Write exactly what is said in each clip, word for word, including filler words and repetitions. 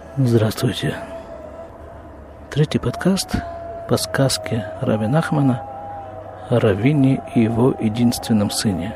Здравствуйте. Третий подкаст по сказке Рави Нахмана о Равине и его единственном сыне.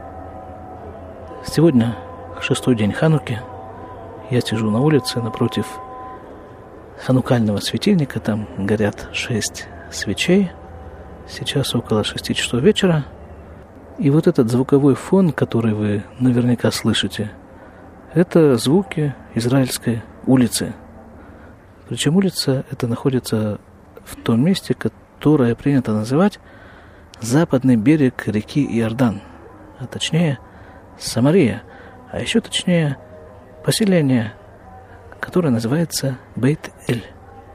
Сегодня шестой день Хануки. Я сижу на улице напротив ханукального светильника. Там горят шесть свечей. Сейчас около шести часов вечера. И вот этот звуковой фон, который вы наверняка слышите, это звуки израильской улицы. Причем улица эта находится в том месте, которое принято называть западный берег реки Иордан, а точнее Самария, а еще точнее поселение, которое называется Бейт-Эль.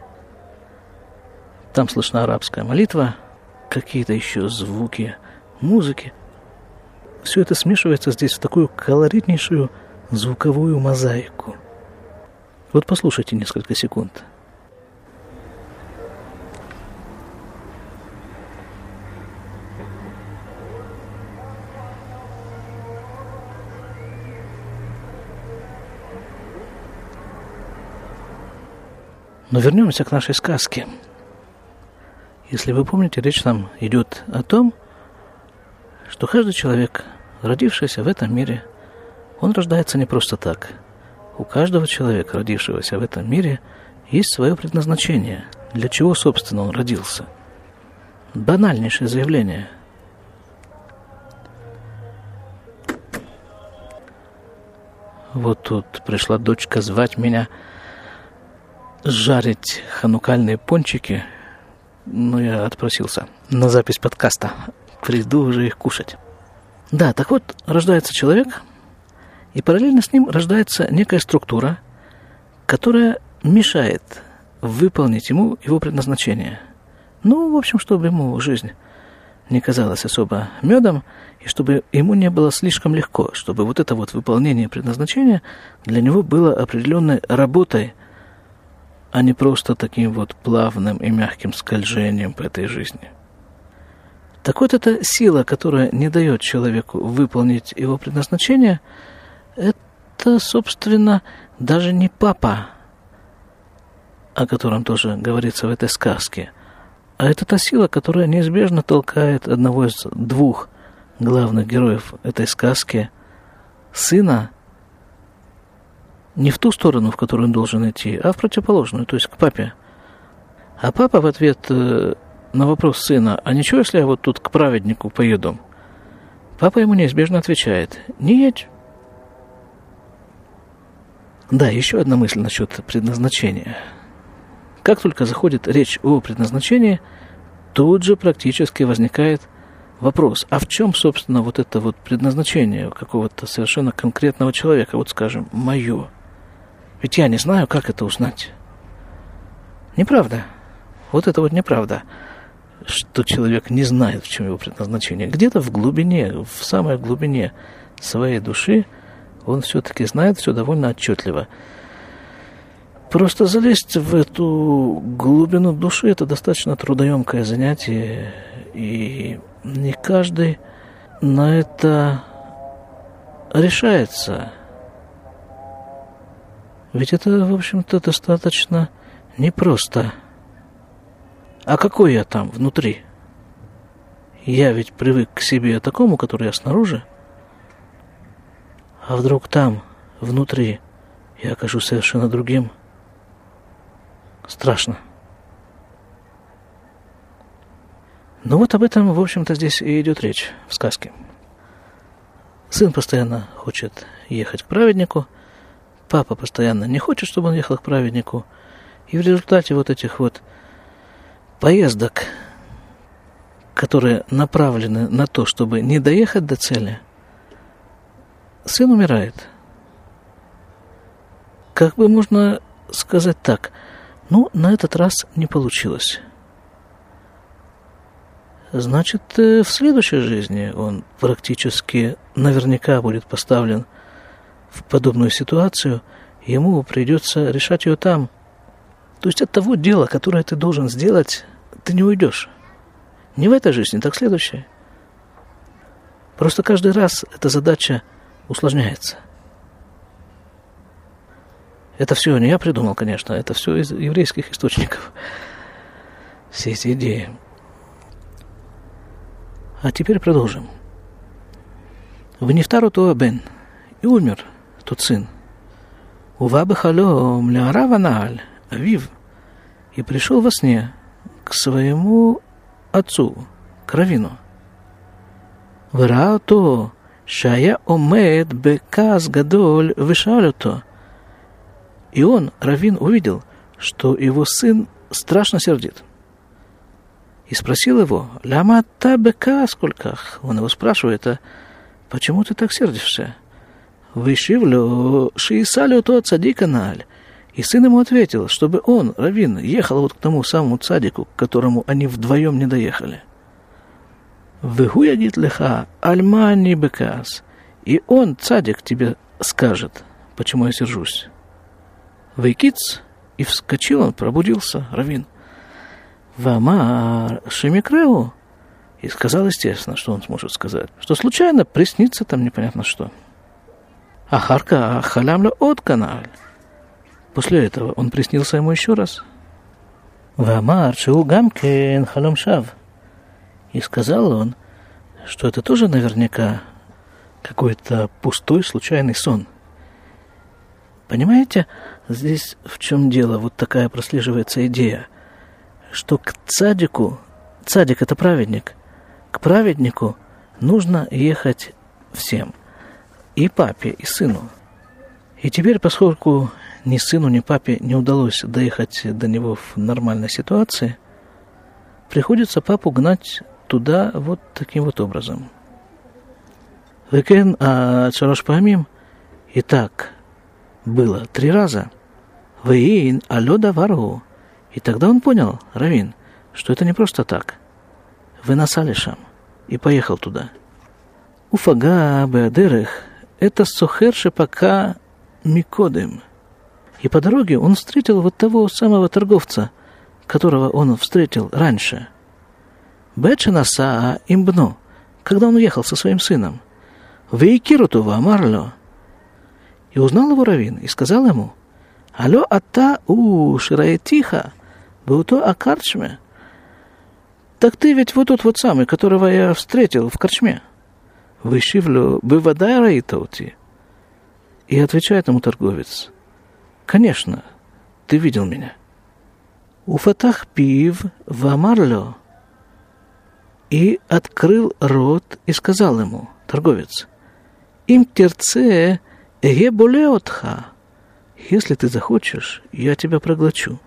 Там слышна арабская молитва, какие-то еще звуки музыки. Все это смешивается здесь в такую колоритнейшую звуковую мозаику. Вот послушайте несколько секунд. Но вернемся к нашей сказке. Если вы помните, речь там идет о том, что каждый человек, родившийся в этом мире, он рождается не просто так. У каждого человека, родившегося в этом мире, есть свое предназначение. Для чего, собственно, он родился? Банальнейшее заявление. Вот тут пришла дочка звать меня жарить ханукальные пончики, но я отпросился на запись подкаста. Приду уже их кушать. Да, так вот, рождается человек, и параллельно с ним рождается некая структура, которая мешает выполнить ему его предназначение. Ну, в общем, чтобы ему жизнь не казалась особо медом, и чтобы ему не было слишком легко, чтобы вот это вот выполнение предназначения для него было определенной работой, а не просто таким вот плавным и мягким скольжением по этой жизни. Так вот, эта сила, которая не дает человеку выполнить его предназначение, это, собственно, даже не папа, о котором тоже говорится в этой сказке, а это та сила, которая неизбежно толкает одного из двух главных героев этой сказки, сына, не в ту сторону, в которую он должен идти, а в противоположную, то есть к папе. А папа в ответ на вопрос сына: «А ничего, если я вот тут к праведнику поеду?» Папа ему неизбежно отвечает: «Не едь». Да, еще одна мысль насчет предназначения. Как только заходит речь о предназначении, тут же практически возникает вопрос: а в чем, собственно, вот это вот предназначение какого-то совершенно конкретного человека, вот, скажем, мое? Ведь я не знаю, как это узнать. Неправда. Вот это вот неправда, что человек не знает, в чем его предназначение. Где-то в глубине, в самой глубине своей души он все-таки знает все довольно отчетливо. Просто залезть в эту глубину души – это достаточно трудоемкое занятие, и не каждый на это решается. Ведь это, в общем-то, достаточно непросто. А какой я там внутри? Я ведь привык к себе такому, который я снаружи. А вдруг там, внутри, я окажусь совершенно другим? Страшно. Но вот об этом, в общем-то, здесь и идет речь в сказке. Сын постоянно хочет ехать к праведнику, папа постоянно не хочет, чтобы он ехал к праведнику, и в результате вот этих вот поездок, которые направлены на то, чтобы не доехать до цели, сын умирает. Как бы можно сказать так: ну, на этот раз не получилось. Значит, в следующей жизни он практически наверняка будет поставлен в подобную ситуацию, и ему придется решать ее там. То есть от того дела, которое ты должен сделать, ты не уйдешь. Не в этой жизни, так в следующей. Просто каждый раз эта задача усложняется. Это все не я придумал, конечно, это все из еврейских источников. Все эти идеи. А теперь продолжим. «Венифтару то бен», и умер тот сын. «Ува бехалом леарава нааль», авив, и пришел во сне к своему отцу, к раввину. «Выраа то, шая омед беказ гадоль вышалю-то». И он, раввин, увидел, что его сын страшно сердит. И спросил его, «Ляма та бека скольках?» Он его спрашивает, а почему ты так сердишься? «Вышивлю шиисалю то цадика наль». И сын ему ответил, чтобы он, раввин, ехал вот к тому самому цадику, к которому они вдвоем не доехали. «Вегу ягит леха альмани бекас». И он, цадик, тебе скажет, почему я сержусь. «Вейкиц», и вскочил он, пробудился, раввин. «Вамар шемикреу», и сказал, естественно, что он сможет сказать, что случайно приснится там непонятно что. «Ахарка халямля от каналь». После этого он приснился ему еще раз. «Вамар шеу гамкен халом шав». И сказал он, что это тоже наверняка какой-то пустой случайный сон. Понимаете, здесь в чем дело? Вот такая прослеживается идея, что к цадику, цадик – это праведник, к праведнику нужно ехать всем, и папе, и сыну. И теперь, поскольку ни сыну, ни папе не удалось доехать до него в нормальной ситуации, приходится папу гнать туда вот таким вот образом. Векен а царош памим, и так было три раза. Веин алё даваргу. И тогда он понял, раввин, что это не просто так. Вы насалишам. И поехал туда. Уфага беадерех – это сохерши пока микодем. И по дороге он встретил вот того самого торговца, которого он встретил раньше. Беченаса имбно, когда он ехал со своим сыном. Вейкирутува марло. И узнал его раввин и сказал ему, «Алло, ата у шираетиха, бауто акарчме». «Так ты ведь вот тот вот самый, которого я встретил в корчме». «Вышивлю бывадай раитаути». И отвечает ему торговец, «Конечно, ты видел меня». «Уфатах пив вамарло». И открыл рот и сказал ему, торговец, «Им терце эге болеотха». Если ты захочешь, я тебя проглочу.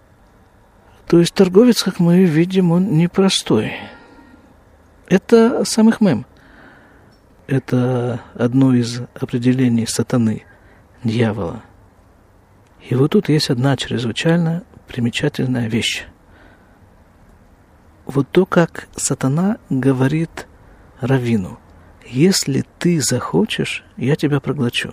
То есть торговец, как мы видим, он непростой. Это самых мем. Это одно из определений сатаны, дьявола. И вот тут есть одна чрезвычайно примечательная вещь. Вот то, как сатана говорит раввину, если ты захочешь, я тебя проглочу.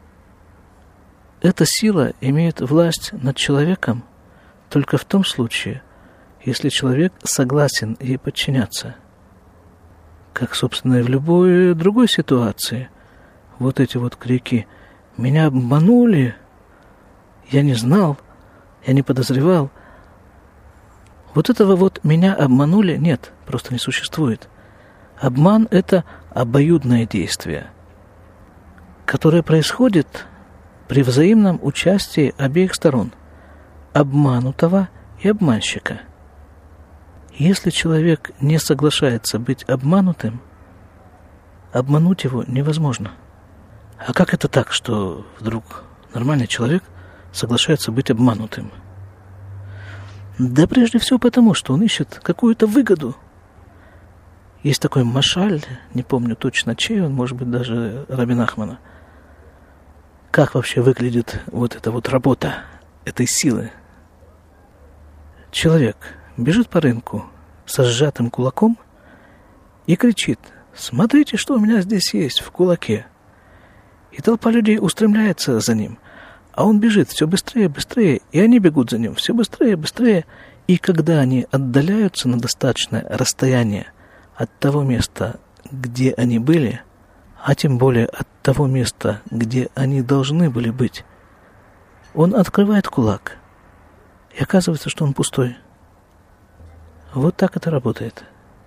Эта сила имеет власть над человеком только в том случае, если человек согласен ей подчиняться. Как, собственно, и в любой другой ситуации. Вот эти вот крики «Меня обманули! Я не знал! Я не подозревал!» Вот этого вот «меня обманули» нет, просто не существует. Обман – это обоюдное действие, которое происходит при взаимном участии обеих сторон, обманутого и обманщика. Если человек не соглашается быть обманутым, обмануть его невозможно. А как это так, что вдруг нормальный человек соглашается быть обманутым? Да прежде всего потому, что он ищет какую-то выгоду. Есть такой машаль, не помню точно чей он, может быть, даже Раби Нахмана. Как вообще выглядит вот эта вот работа этой силы? Человек бежит по рынку со сжатым кулаком и кричит: «Смотрите, что у меня здесь есть в кулаке!» И толпа людей устремляется за ним, а он бежит все быстрее, быстрее, и они бегут за ним все быстрее, быстрее. И когда они отдаляются на достаточное расстояние от того места, где они были, а тем более от того места, где они должны были быть, Он открывает кулак, и оказывается, что он пустой. Вот так это работает.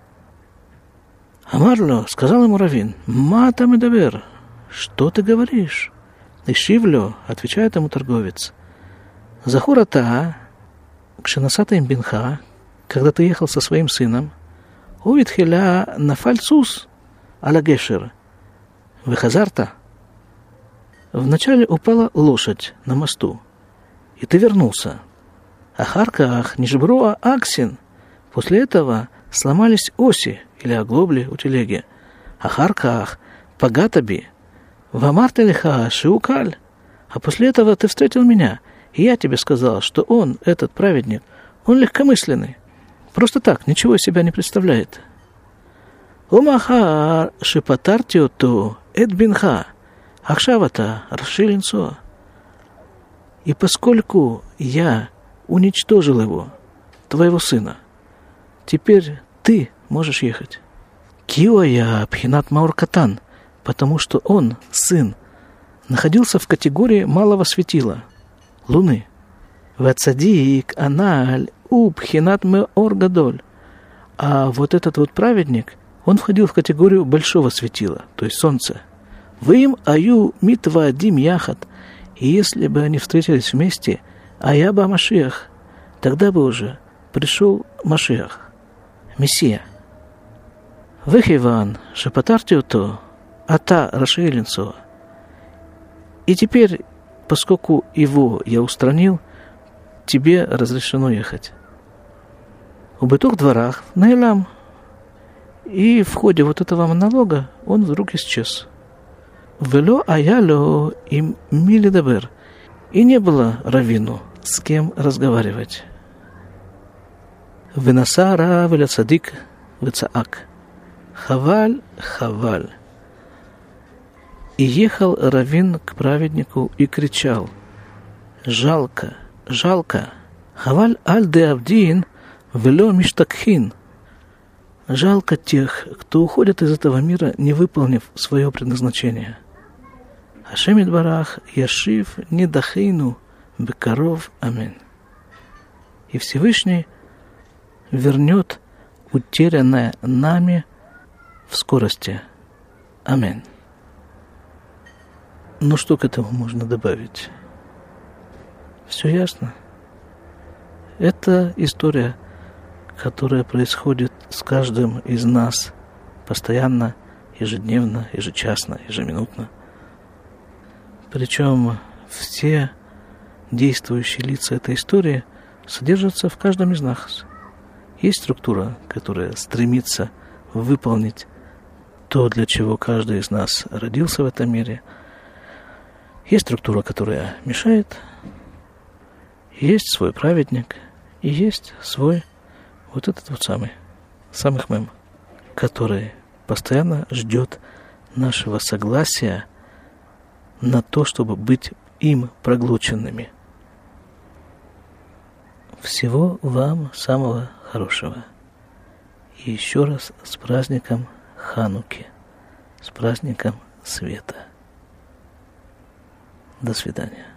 Амарло, сказал ему раввин, ма там и довер, что ты говоришь? И шивлю, отвечает ему торговец, захурата, кшенасата им бинха, когда ты ехал со своим сыном, увидхиля нафальцус аля гешер, выхазарта. Вначале упала лошадь на мосту, и ты вернулся. Ахарках нижбруа аксин. После этого сломались оси или оглобли у телеги. Ахарках пагатаби. Вамартелиха шиукаль. А после этого ты встретил меня, и я тебе сказал, что он, этот праведник, он легкомысленный. Просто так, ничего из себя не представляет. Умаха шипатартиоту эд бинха. Ахшавата расширенцо. И поскольку я уничтожил его, твоего сына, теперь ты можешь ехать. Киоя пхинат мауркатан, потому что он, сын, находился в категории малого светила, луны. Вацадик аналь у пхинат меор гадоль. А вот этот вот праведник, он входил в категорию большого светила, то есть солнца. Вы им аю митва дим яхат. И если бы они встретились вместе, а я бы Машиах, тогда бы уже пришел Машиах, Мессия. Выхиван шепатартиото, ата расширенцо. И теперь, поскольку его я устранил, тебе разрешено ехать. У быток дворах наилам. И в ходе вот этого монолога он вдруг исчез. Вело аяло им милидабер. И не было раввину с кем разговаривать. Венасара веля цадик вецаак. Хаваль, хаваль. И ехал раввин к праведнику и кричал: жалко, жалко. Хаваль аль де авдин вело миштакхин. Жалко тех, кто уходит из этого мира, не выполнив свое предназначение. Ашем идбарах яшив недахейну бекаров амин. И Всевышний вернет утерянное нами в скорости. Амин. Ну что к этому можно добавить? Все ясно. Это история, которая происходит с каждым из нас постоянно, ежедневно, ежечасно, ежеминутно. Причем все действующие лица этой истории содержатся в каждом из нас. Есть структура, которая стремится выполнить то, для чего каждый из нас родился в этом мире. Есть структура, которая мешает. Есть свой праведник. И есть свой вот этот вот самый, самых мем, который постоянно ждет нашего согласия на то, чтобы быть им проглоченными. Всего вам самого хорошего. И еще раз с праздником Хануки, с праздником света. До свидания.